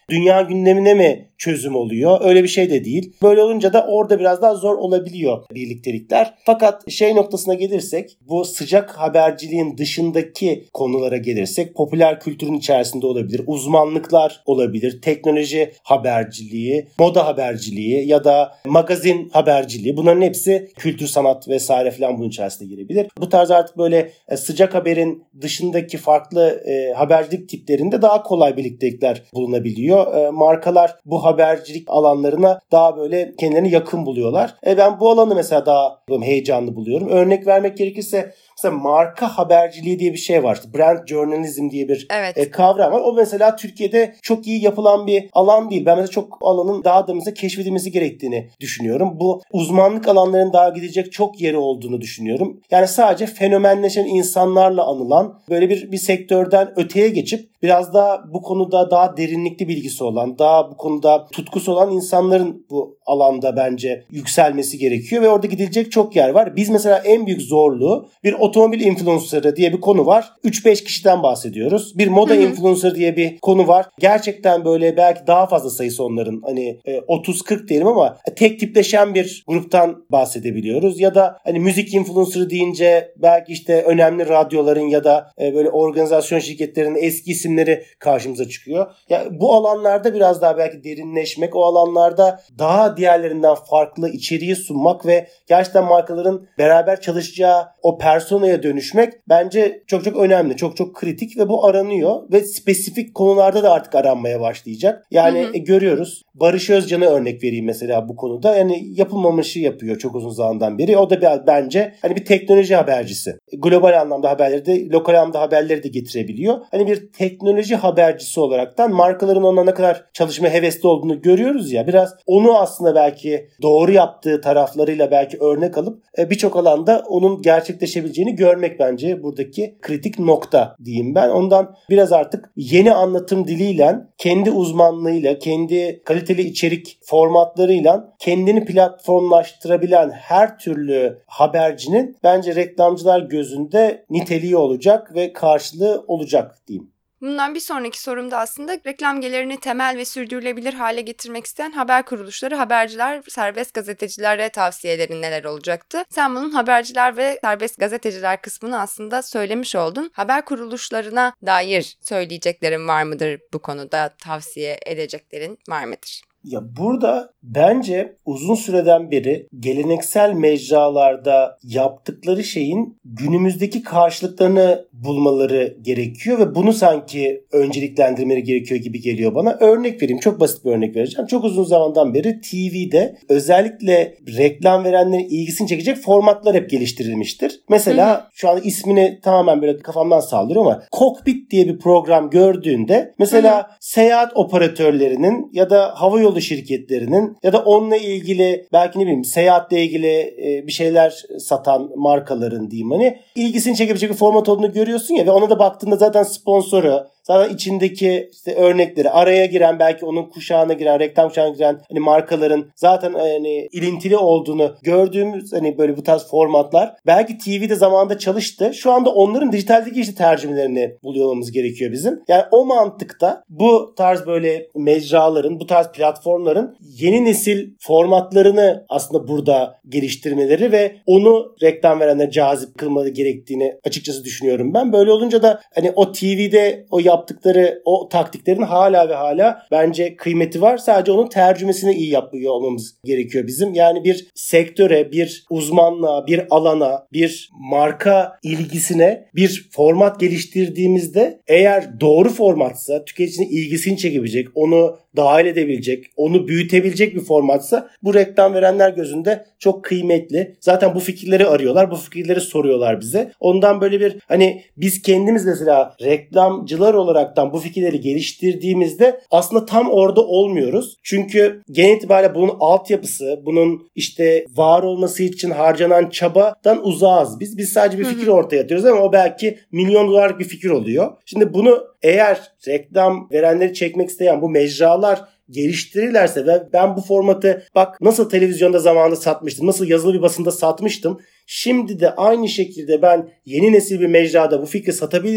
dünya gündemine mi çözüm oluyor? Öyle bir şey de değil. Böyle olunca da orada biraz daha zor olabiliyor birliktelikler. Fakat noktasına gelirsek, bu sıcak haberciliğin dışındaki konulara gelirsek, popüler kültürün içerisinde olabilir, uzmanlıklar olabilir, teknoloji haberciliği, moda haberciliği ya da magazin haberciliği, bunların hepsi kültür, sanat vesaire falan bunun içerisinde girebilir. Bu tarz artık böyle sıcak haberin dışındaki farklı habercilik tiplerinde daha kolay birliktelikler bulunabiliyor. Markalar bu habercilik alanlarına daha böyle kendilerini yakın buluyorlar. Ben bu alanı mesela daha heyecanlı buluyorum. Örnek vermek gerekirse mesela marka haberciliği diye bir şey var. Brand journalism diye bir kavram var. O mesela Türkiye'de çok iyi yapılan bir alan değil. Ben mesela çok alanın daha da mesela keşfedilmesi gerektiğini düşünüyorum. Bu uzmanlık alanlarının daha gidecek çok yeri olduğunu düşünüyorum. Yani sadece fenomenleşen insanlarla anılan böyle bir sektörden öteye geçip biraz daha bu konuda daha derinlikli bilgisi olan, daha bu konuda tutkusu olan insanların bu alanda bence yükselmesi gerekiyor ve orada gidilecek çok yer var. Biz mesela en büyük zorluğu, bir otomobil influencer'ı diye bir konu var. 3-5 kişiden bahsediyoruz. Bir moda influencer diye bir konu var. Gerçekten böyle belki daha fazla sayısı onların, hani 30-40 diyelim ama tek tipleşen bir gruptan bahsedebiliyoruz. Ya da hani müzik influencer'ı deyince belki işte önemli radyoların ya da böyle organizasyon şirketlerinin eski isimleri karşımıza çıkıyor. Yani bu alanlarda biraz daha belki derinleşmek, o alanlarda daha diğerlerinden farklı içeriği sunmak ve gerçekten markaların beraber çalışacağı o personaya dönüşmek bence çok çok önemli, çok çok kritik ve bu aranıyor ve spesifik konularda da artık aranmaya başlayacak. Yani görüyoruz. Barış Özcan'a örnek vereyim mesela bu konuda. Yani yapılmamışı yapıyor çok uzun zamandan beri. O da bence hani bir teknoloji habercisi. Global anlamda haberleri de, lokal anlamda haberleri de getirebiliyor. Hani bir teknoloji habercisi olaraktan markaların onunla ne kadar çalışmaya hevesli olduğunu görüyoruz ya. Biraz onu aslında belki doğru yaptığı taraflarıyla belki örnek alıp birçok alanda onun gerçekleşebileceğini görmek bence buradaki kritik nokta diyeyim ben. Ondan biraz artık yeni anlatım diliyle, kendi uzmanlığıyla, kendi kaliteli içerik formatlarıyla kendini platformlaştırabilen her türlü habercinin bence reklamcılar gözünde niteliği olacak ve karşılığı olacak diyeyim. Bundan bir sonraki sorumda aslında reklam gelirini temel ve sürdürülebilir hale getirmek isteyen haber kuruluşları, haberciler, serbest gazetecilere tavsiyelerin neler olacaktı? Sen bunun haberciler ve serbest gazeteciler kısmını aslında söylemiş oldun. Haber kuruluşlarına dair söyleyeceklerin var mıdır bu konuda? Tavsiye edeceklerin var mıdır? Ya burada bence uzun süreden beri geleneksel mecralarda yaptıkları şeyin günümüzdeki karşılıklarını bulmaları gerekiyor ve bunu sanki önceliklendirmeleri gerekiyor gibi geliyor bana. Örnek vereyim, çok basit bir örnek vereceğim. Çok uzun zamandan beri TV'de özellikle reklam verenlerin ilgisini çekecek formatlar hep geliştirilmiştir. Mesela şu an ismini tamamen böyle kafamdan sallıyorum ama Cockpit diye bir program gördüğünde mesela seyahat operatörlerinin ya da havayolu şirketlerinin ya da onunla ilgili belki ne bileyim seyahatle ilgili bir şeyler satan markaların diyeyim hani ilgisini çekebilecek bir format olduğunu görüyorsun ya ve ona da baktığında zaten sponsoru, zaten içindeki işte örnekleri, araya giren belki onun kuşağına giren, reklam kuşağına giren hani markaların zaten hani ilintili olduğunu gördüğümüz hani böyle bu tarz formatlar belki TV'de zamanında çalıştı. Şu anda onların dijitaldeki işte tercümelerini buluyormamız gerekiyor bizim. Yani o mantıkta bu tarz böyle mecraların, bu tarz platformların yeni nesil formatlarını aslında burada geliştirmeleri ve onu reklam verenlere cazip kılmaları gerektiğini açıkçası düşünüyorum ben. Böyle olunca da hani o TV'de o yaptıkları o taktiklerin hala ve hala bence kıymeti var. Sadece onun tercümesini iyi yapıyor olmamız gerekiyor bizim. Yani bir sektöre, bir uzmanlığa, bir alana, bir marka ilgisine bir format geliştirdiğimizde eğer doğru formatsa, tüketicinin ilgisini çekebilecek, onu dahil edebilecek, onu büyütebilecek bir formatsa bu reklam verenler gözünde çok kıymetli. Zaten bu fikirleri arıyorlar, bu fikirleri soruyorlar bize. Ondan böyle bir hani biz kendimiz mesela reklamcılar olaraktan bu fikirleri geliştirdiğimizde aslında tam orada olmuyoruz. Çünkü genel itibariyle bunun altyapısı, bunun işte var olması için harcanan çabadan uzağız biz. Biz sadece bir fikir ortaya atıyoruz ama o belki milyon dolarlık bir fikir oluyor. Şimdi bunu eğer reklam verenleri çekmek isteyen bu mecralar geliştirirlerse ve ben bu formatı bak nasıl televizyonda zamanında satmıştım, nasıl yazılı bir basında satmıştım, şimdi de aynı şekilde ben yeni nesil bir mecrada bu fikri satabilirim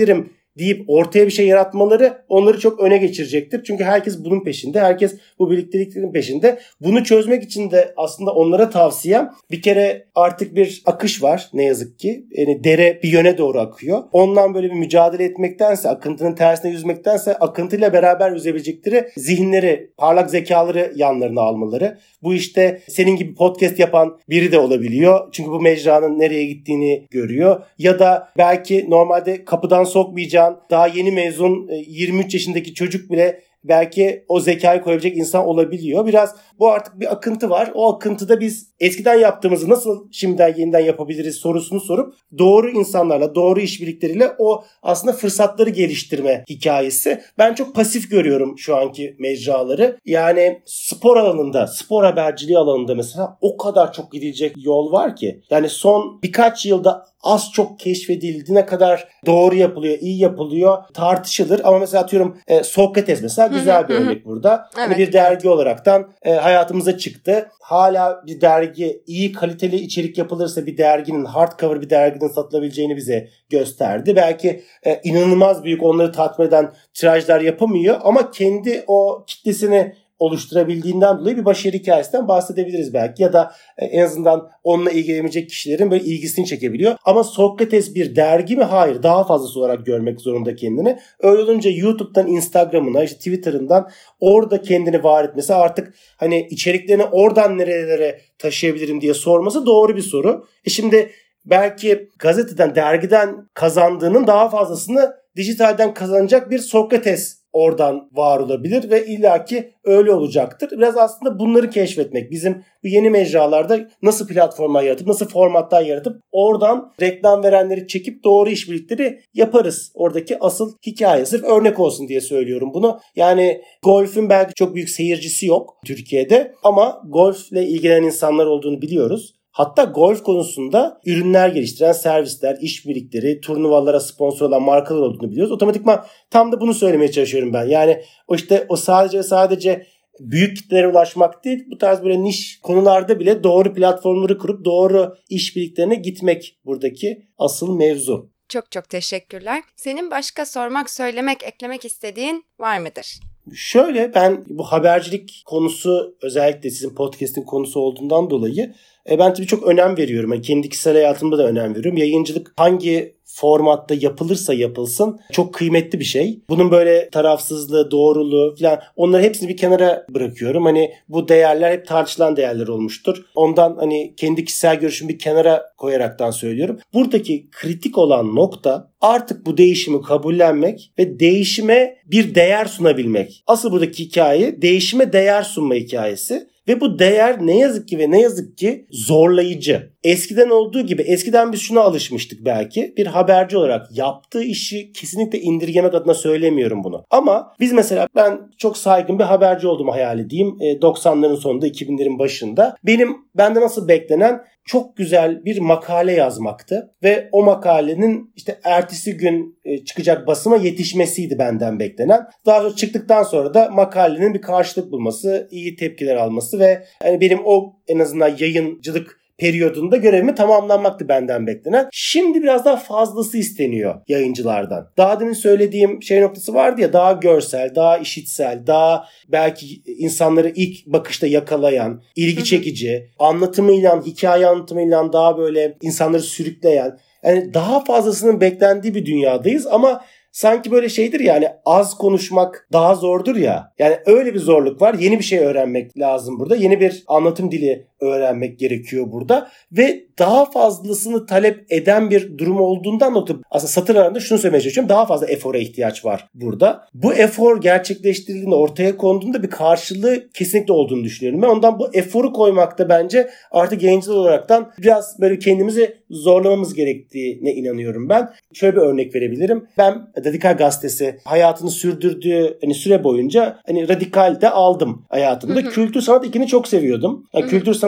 deyip ortaya bir şey yaratmaları onları çok öne geçirecektir. Çünkü herkes bunun peşinde. Herkes bu birlikteliklerin peşinde. Bunu çözmek için de aslında onlara tavsiyem, bir kere artık bir akış var ne yazık ki. Yani dere bir yöne doğru akıyor. Ondan böyle bir mücadele etmektense, akıntının tersine yüzmektense akıntıyla beraber yüzebilecekleri zihinleri, parlak zekaları yanlarına almaları. Bu işte senin gibi podcast yapan biri de olabiliyor. Çünkü bu mecranın nereye gittiğini görüyor. Ya da belki normalde kapıdan sokmayacağın daha yeni mezun 23 yaşındaki çocuk bile belki o zekayı koyabilecek insan olabiliyor. Biraz bu artık bir akıntı var. O akıntıda biz eskiden yaptığımızı nasıl şimdiden yeniden yapabiliriz sorusunu sorup doğru insanlarla, doğru işbirlikleriyle o aslında fırsatları geliştirme hikayesi. Ben çok pasif görüyorum şu anki mecraları. Yani spor alanında, spor haberciliği alanında mesela o kadar çok gidilecek yol var ki. Yani son birkaç yılda az çok keşfedildi. Ne kadar doğru yapılıyor, iyi yapılıyor tartışılır. Ama mesela atıyorum Sokrates mesela güzel bir örnek burada. Evet. Hani bir dergi olaraktan hayatımıza çıktı. Hala bir dergi, iyi kaliteli içerik yapılırsa bir derginin, hardcover bir derginin satılabileceğini bize gösterdi. Belki inanılmaz büyük, onları tatmin eden tirajlar yapamıyor ama kendi o kitlesini oluşturabildiğinden dolayı bir başarı hikayesinden bahsedebiliriz belki. Ya da en azından onunla ilgilenecek kişilerin böyle ilgisini çekebiliyor. Ama Sokrates bir dergi mi? Hayır. Daha fazlası olarak görmek zorunda kendini. Öyle olunca YouTube'dan Instagram'ına, işte Twitter'ından orada kendini var etmesi, artık hani içeriklerini oradan nerelere taşıyabilirim diye sorması doğru bir soru. Şimdi belki gazeteden, dergiden kazandığının daha fazlasını dijitalden kazanacak bir Sokrates oradan var olabilir ve illaki öyle olacaktır. Biraz aslında bunları keşfetmek. Bizim bu yeni mecralarda nasıl platformlar yaratıp, nasıl formatlar yaratıp oradan reklam verenleri çekip doğru işbirlikleri yaparız. Oradaki asıl hikaye. Sırf örnek olsun diye söylüyorum bunu. Yani golfün belki çok büyük seyircisi yok Türkiye'de ama golfle ilgilenen insanlar olduğunu biliyoruz. Hatta golf konusunda ürünler geliştiren servisler, işbirlikleri, turnuvalara sponsor olan markalar olduğunu biliyoruz. Otomatikman tam da bunu söylemeye çalışıyorum ben. Yani o sadece büyük kitlelere ulaşmak değil, bu tarz böyle niş konularda bile doğru platformları kurup doğru işbirliklerine gitmek buradaki asıl mevzu. Çok çok teşekkürler. Senin başka sormak, söylemek, eklemek istediğin var mıdır? Şöyle, ben bu habercilik konusu özellikle sizin podcast'in konusu olduğundan dolayı ben tabii çok önem veriyorum. Yani kendi kişisel hayatımda da önem veriyorum. Yayıncılık hangi formatta yapılırsa yapılsın çok kıymetli bir şey. Bunun böyle tarafsızlığı, doğruluğu falan, onları hepsini bir kenara bırakıyorum. Hani bu değerler hep tartışılan değerler olmuştur. Ondan hani kendi kişisel görüşümü bir kenara koyaraktan söylüyorum. Buradaki kritik olan nokta artık bu değişimi kabullenmek ve değişime bir değer sunabilmek. Asıl buradaki hikaye değişime değer sunma hikayesi. Ve bu değer ne yazık ki zorlayıcı. Eskiden olduğu gibi, eskiden biz şuna alışmıştık belki. Bir haberci olarak yaptığı işi kesinlikle indirgemek adına söylemiyorum bunu. Ama biz mesela, ben çok saygın bir haberci olduğumu hayal edeyim. 90'ların sonunda, 2000'lerin başında. Benden nasıl beklenen çok güzel bir makale yazmaktı. Ve o makalenin işte ertesi gün çıkacak basıma yetişmesiydi benden beklenen. Daha sonra çıktıktan sonra da makalenin bir karşılık bulması, iyi tepkiler alması ve yani benim o en azından yayıncılık periyodunda görevimi tamamlanmaktı benden beklenen. Şimdi biraz daha fazlası isteniyor yayıncılardan. Daha demin söylediğim şey noktası vardı ya, daha görsel, daha işitsel, daha belki insanları ilk bakışta yakalayan, ilgi çekici, anlatımıyla, hikaye anlatımıyla daha böyle insanları sürükleyen, yani daha fazlasının beklendiği bir dünyadayız ama sanki böyle şeydir yani, az konuşmak daha zordur ya. Yani öyle bir zorluk var. Yeni bir şey öğrenmek lazım burada. Yeni bir anlatım dili öğrenmek gerekiyor burada. Ve daha fazlasını talep eden bir durum olduğundan dolayı aslında satır arasında şunu söylemeye çalışıyorum. Daha fazla efora ihtiyaç var burada. Bu efor gerçekleştirildiğinde, ortaya konduğunda bir karşılığı kesinlikle olduğunu düşünüyorum. Ben ondan bu eforu koymakta bence artık yayıncılar olaraktan biraz böyle kendimizi zorlamamız gerektiğine inanıyorum ben. Şöyle bir örnek verebilirim. Ben Radikal Gazetesi hayatını sürdürdüğü süre boyunca Radikal de aldım hayatımda. Kültür sanat ikini çok seviyordum. Yani kültür sanat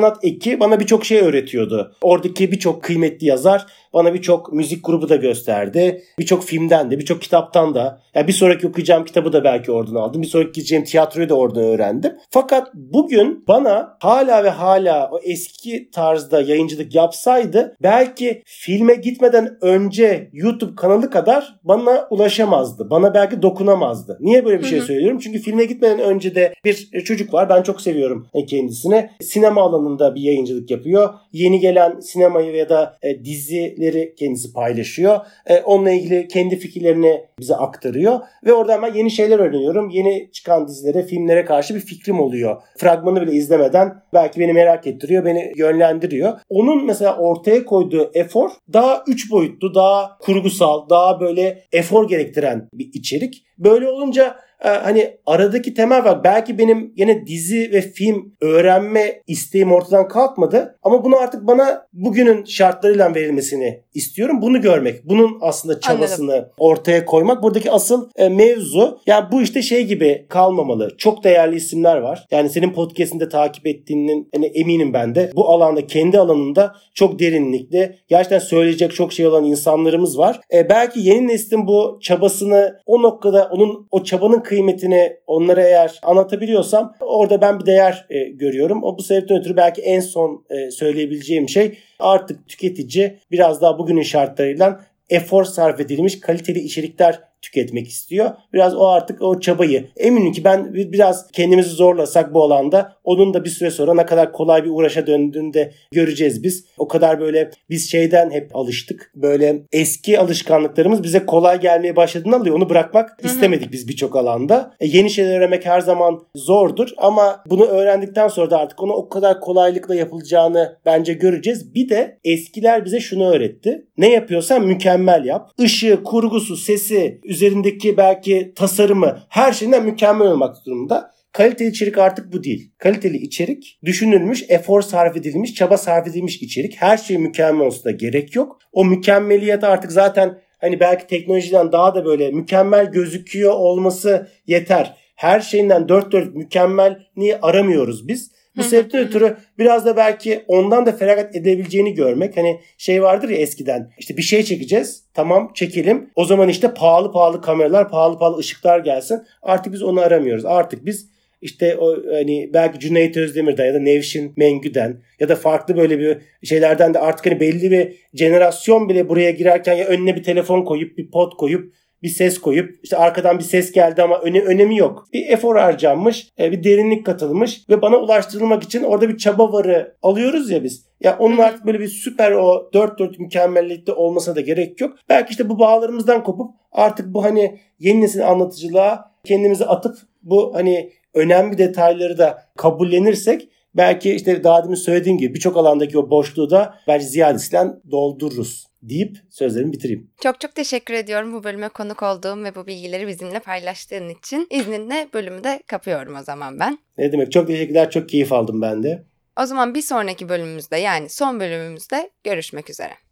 sanat eki bana birçok şey öğretiyordu. Oradaki birçok kıymetli yazar bana birçok müzik grubu da gösterdi. Birçok filmden de, birçok kitaptan da. Yani bir sonraki okuyacağım kitabı da belki oradan aldım. Bir sonraki gideceğim tiyatroyu da oradan öğrendim. Fakat bugün bana hala ve hala o eski tarzda yayıncılık yapsaydı belki filme gitmeden önce YouTube kanalı kadar bana ulaşamazdı. Bana belki dokunamazdı. Niye böyle bir şey söylüyorum? Çünkü filme gitmeden önce de bir çocuk var. Ben çok seviyorum kendisini. Sinema alanında bir yayıncılık yapıyor. Yeni gelen sinemayı ya da dizileri kendisi paylaşıyor. Onunla ilgili kendi fikirlerini bize aktarıyor. Ve oradan ben yeni şeyler öğreniyorum. Yeni çıkan dizilere, filmlere karşı bir fikrim oluyor. Fragmanı bile izlemeden belki beni merak ettiriyor, beni yönlendiriyor. Onun mesela ortaya koyduğu efor daha 3 boyutlu, daha kurgusal, daha böyle efor gerektiren bir içerik. Böyle olunca hani aradaki temel var. Belki benim yine dizi ve film öğrenme isteğim ortadan kalkmadı. Ama bunu artık bana bugünün şartlarıyla verilmesini istiyorum. Bunu görmek. Bunun aslında çabasını ortaya koymak. Buradaki asıl mevzu. Yani bu işte şey gibi kalmamalı. Çok değerli isimler var. Yani senin podcast'inde takip ettiğinin eminim ben de. Bu alanda, kendi alanında çok derinlikli, gerçekten söyleyecek çok şey olan insanlarımız var. Belki yeni neslin bu çabasını o noktada, onun o çabanın kıymetini onlara eğer anlatabiliyorsam orada ben bir değer görüyorum. O bu sebepten ötürü belki en son söyleyebileceğim şey, artık tüketici biraz daha bugünün şartlarıyla efor sarf edilmiş kaliteli içerikler tüketmek istiyor. Biraz o artık o çabayı. Eminim ki ben biraz kendimizi zorlasak bu alanda onun da bir süre sonra ne kadar kolay bir uğraşa döndüğünü de göreceğiz biz. O kadar böyle biz şeyden hep alıştık. Böyle eski alışkanlıklarımız bize kolay gelmeye başladığında alıyor. Onu bırakmak istemedik biz birçok alanda. Yeni şeyler öğrenmek her zaman zordur ama bunu öğrendikten sonra da artık onu o kadar kolaylıkla yapılacağını bence göreceğiz. Bir de eskiler bize şunu öğretti. Ne yapıyorsan mükemmel yap. Işığı, kurgusu, sesi, üzerindeki belki tasarımı, her şeyinden mükemmel olmak durumunda. Kaliteli içerik artık bu değil. Kaliteli içerik düşünülmüş, efor sarf edilmiş, çaba sarf edilmiş içerik. Her şey mükemmel olsun da gerek yok. O mükemmeliyet artık zaten hani belki teknolojiden daha da böyle mükemmel gözüküyor olması yeter. Her şeyinden dört dört mükemmelliği aramıyoruz biz. Bu sebepten ötürü biraz da belki ondan da feragat edebileceğini görmek. Hani şey vardır ya eskiden, işte bir şey çekeceğiz, tamam çekelim. O zaman işte pahalı kameralar, pahalı ışıklar gelsin. Artık biz onu aramıyoruz. Artık biz işte o hani belki Cüneyt Özdemir'den ya da Nevşin Mengü'den ya da farklı böyle bir şeylerden de artık hani belli bir jenerasyon bile buraya girerken ya önüne bir telefon koyup, bir pot koyup, bir ses koyup, işte arkadan bir ses geldi ama önemi yok. Bir efor harcanmış, bir derinlik katılmış ve bana ulaştırılmak için orada bir çaba varı alıyoruz ya biz. Ya onun artık böyle bir süper o dört dört mükemmellikte olmasına da gerek yok. Belki işte bu bağlarımızdan kopup artık bu hani yeni nesil anlatıcılığa kendimizi atıp bu hani önemli detayları da kabullenirsek belki işte daha demin söylediğim gibi birçok alandaki o boşluğu da bence ziyadesiyle doldururuz deyip sözlerimi bitireyim. Çok çok teşekkür ediyorum bu bölüme konuk olduğum ve bu bilgileri bizimle paylaştığın için. İzninle bölümü de kapıyorum o zaman ben. Ne demek, çok teşekkürler, çok keyif aldım ben de. O zaman bir sonraki bölümümüzde, yani son bölümümüzde görüşmek üzere.